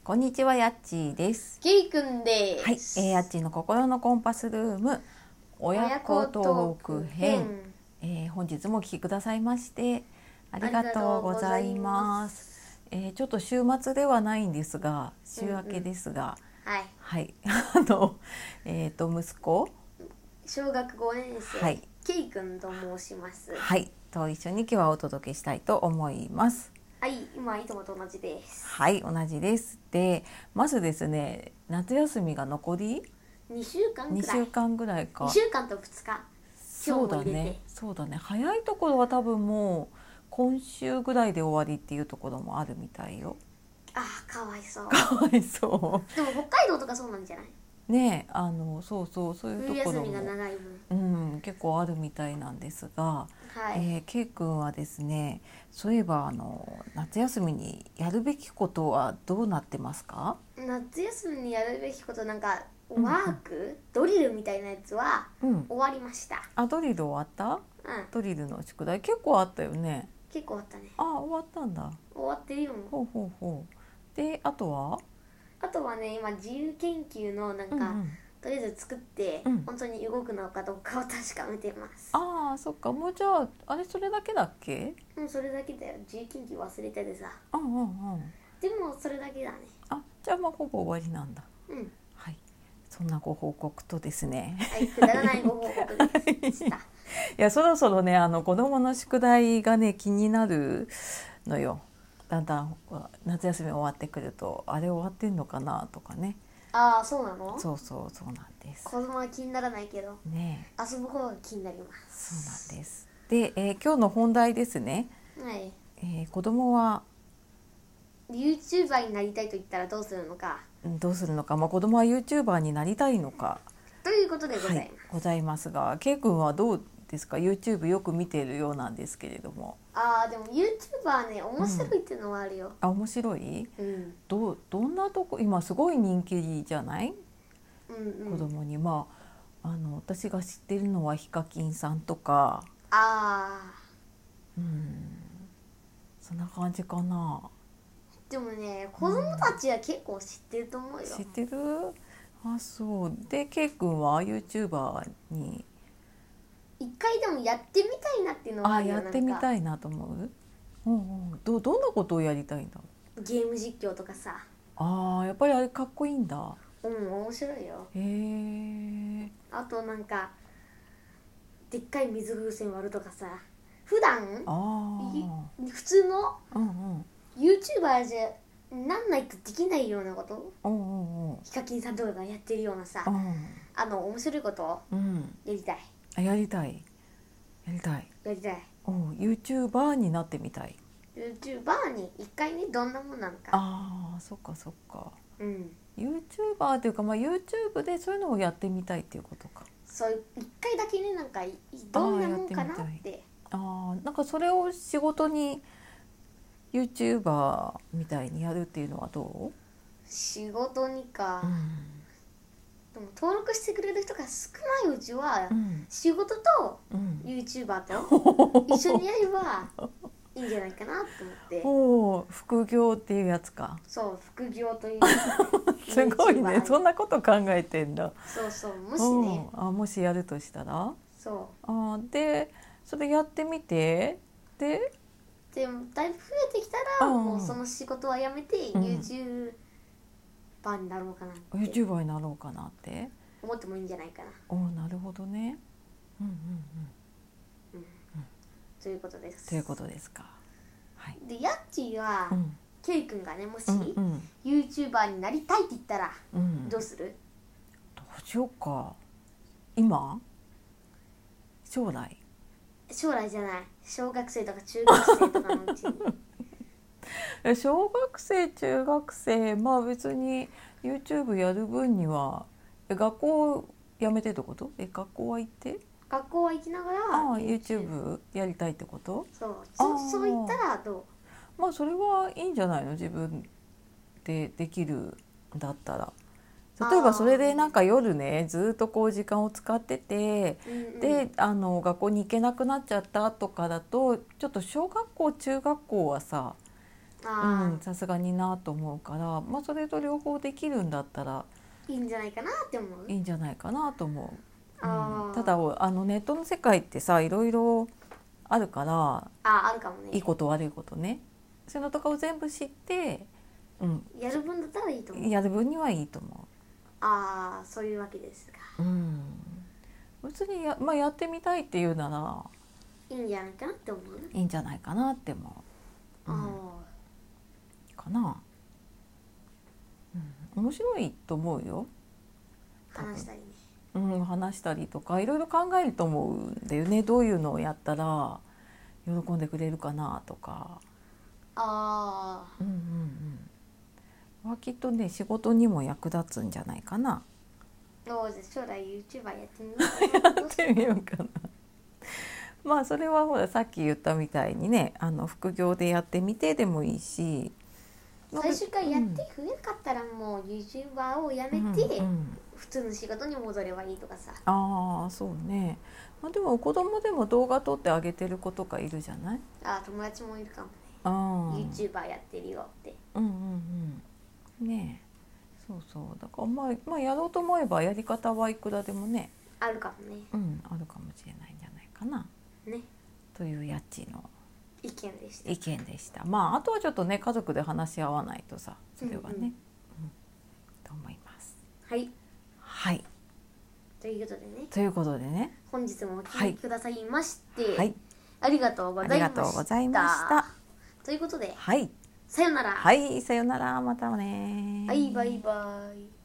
こんにちは、やっちーです。 ケイくんではい、 す。 やっちーの心のコンパスルーム親子トーク編、本日もお聞きくださいましてありがとうございます。ちょっと週末ではないんですが、週明けですが、はい、息子小学5年生、 はい、 ケイくんと申します。 はい、と一緒に今日はお届けしたいと思います。 はい、今いつもと同じです。 はい、同じです。で、まずですね、夏休みが残り 2週間ぐらい。 2週間ぐらいか。 2週間と2日。 そうだね、そうだね。早いところは多分もう今週ぐらいで終わりっていうところもあるみたいよ。 ああ、かわいそう。 かわいそう。 でも北海道とかそうなんじゃない？ ねえ、そういうところも、 冬休みが長い分、 結構あるみたいなんですが、 はい。 ケイ君はですね、そういえば夏休みにやるべきことはどうなってますか？ 夏休みにやるべきことなんかワーク、ドリルみたいなやつは終わりました。 あ、ドリル終わった？ドリルの宿題結構あったよね。 結構あったね。 あ、終わったんだ。 終わってるよ。 ほうほうほう。で、あとはね、今自由研究のなんか、とりあえず作って、本当に動くのかどうかを確かめてます。 ああ、そっか。もうじゃああれそれだけだっけ？ それだけだよ。自由研究忘れててさ。 でもそれだけだね。 あ、じゃあまあほぼ終わりなんだ。はい。そんなご報告とですね。 はい、くだらないご報告でした。 いや、そろそろね、子供の宿題がね気になるのよ。だんだん夏休み終わってくると、あれ終わってんのかなとかね。 ああ、そうなの？ そうなんです。 子供は気にならないけど、 ね、 遊ぶ方が気になります。そうなんです。で、今日の本題ですね。 はい。 子供は YouTuber になりたいと言ったらどうするのか。 まあ、子供は YouTuber になりたいのかということでございますが、ケイ君はどうですか？ YouTube よく見ているようなんですけれども。 でも YouTuber ね、面白いっていうのはあるよ。 あ、面白い？どんなとこ、今すごい人気じゃない？子供に。まあ私が知ってるのはヒカキンさんとか、そんな感じかな。 でもね、子供たちは結構知ってると思うよ。 知ってる？あ、そう。で、ケイ君は YouTuber に一回でもやってみたいなっていうのはあるよ。 やってみたいなと思う？どんなことをやりたいんだ？ ゲーム実況とかさ。 やっぱりあれかっこいいんだ。 面白いよ。 へえ。 あとなんかでっかい水風船割るとかさ。普段普通の YouTuber じゃなんないとできないようなこと、ヒカキンさんとかがやってるようなさ、面白いことをやりたい。 やりたい。YouTuber になってみたい。 YouTuber に一回ね、どんなもんなのか。 そっか。YouTuber っていうか、まあ YouTube でそういうのをやってみたいっていうことか。 そう一回だけね、なんかどんなもんかなって。 なんかそれを仕事に YouTuber みたいにやるっていうのはどう？ 仕事にか。でも登録してくれる人が少ないうちは、仕事と YouTuber と一緒にやればいいんじゃないかなと思って。 副業っていうやつか。 そう、副業というすごいね、そんなこと考えてんだ。 もしね、 もしやるとしたら、 でそれやってみて、 でもだいぶ増えてきたら、もうその仕事はやめて YouTuber になろうかなって。 YouTuber になろうかなって思ってもいいんじゃないかな。 なるほどね。 ということです。 ということですか。 で、ヤッチーは、ケイ君がね、もし YouTuber になりたいって言ったらどうする？ どうしようか。今？将来じゃない。小学生とか中学生とかのうちに。 小学生中学生、まあ別に YouTube やる分には学校やめてってこと？学校は行って？ 学校は行きながら YouTube やりたいってこと？ そう言ったらどう？まあそれはいいんじゃないの？自分でできるんだったら。例えばそれでなんか夜ね、ずっとこう時間を使ってて、で学校に行けなくなっちゃったとかだと、ちょっと小学校中学校はささすがになと思うから、まあ、それと両方できるんだったらいいんじゃないかなって思う。 いいんじゃないかなと思う。ただネットの世界ってさ、いろいろあるから、 あるかもね、 いいこと悪いことね、そういうのとかを全部知って、 やる分だったらいいと思う。 やる分にはいいと思う。そういうわけですか。 別にやってみたいっていうならいいんじゃないかなって思う。 いいんじゃないかなって思う。かな。面白いと思うよ。 話したりね。 話したりとかいろいろ考えると思うんだよね。どういうのをやったら喜んでくれるかなとか。きっとね、仕事にも役立つんじゃないかな。 将来 YouTuber やってみようかな。 やってみようかな。まあそれはほらさっき言ったみたいにね、副業でやってみてでもいいし、 最初からやって増えなかったらもう YouTuber をやめて、普通の仕事に戻ればいいとかさ。 そうね。でも子供でも動画撮ってあげてる子とかいるじゃない？ 友達もいるかもね。YouTuber やってるよって。 ねえ、そうだからまあやろうと思えばやり方はいくらでもね。 あるかもね。 あるかもしれないんじゃないかな。 ね。 というやっちの意見でした。 あとはちょっとね、家族で話し合わないとさ、それはね、と思います。はい。 ということでね。本日もお聞きくださいまして、ありがとうございました。ということで、さよなら。 さよなら、またね。 バイバイ。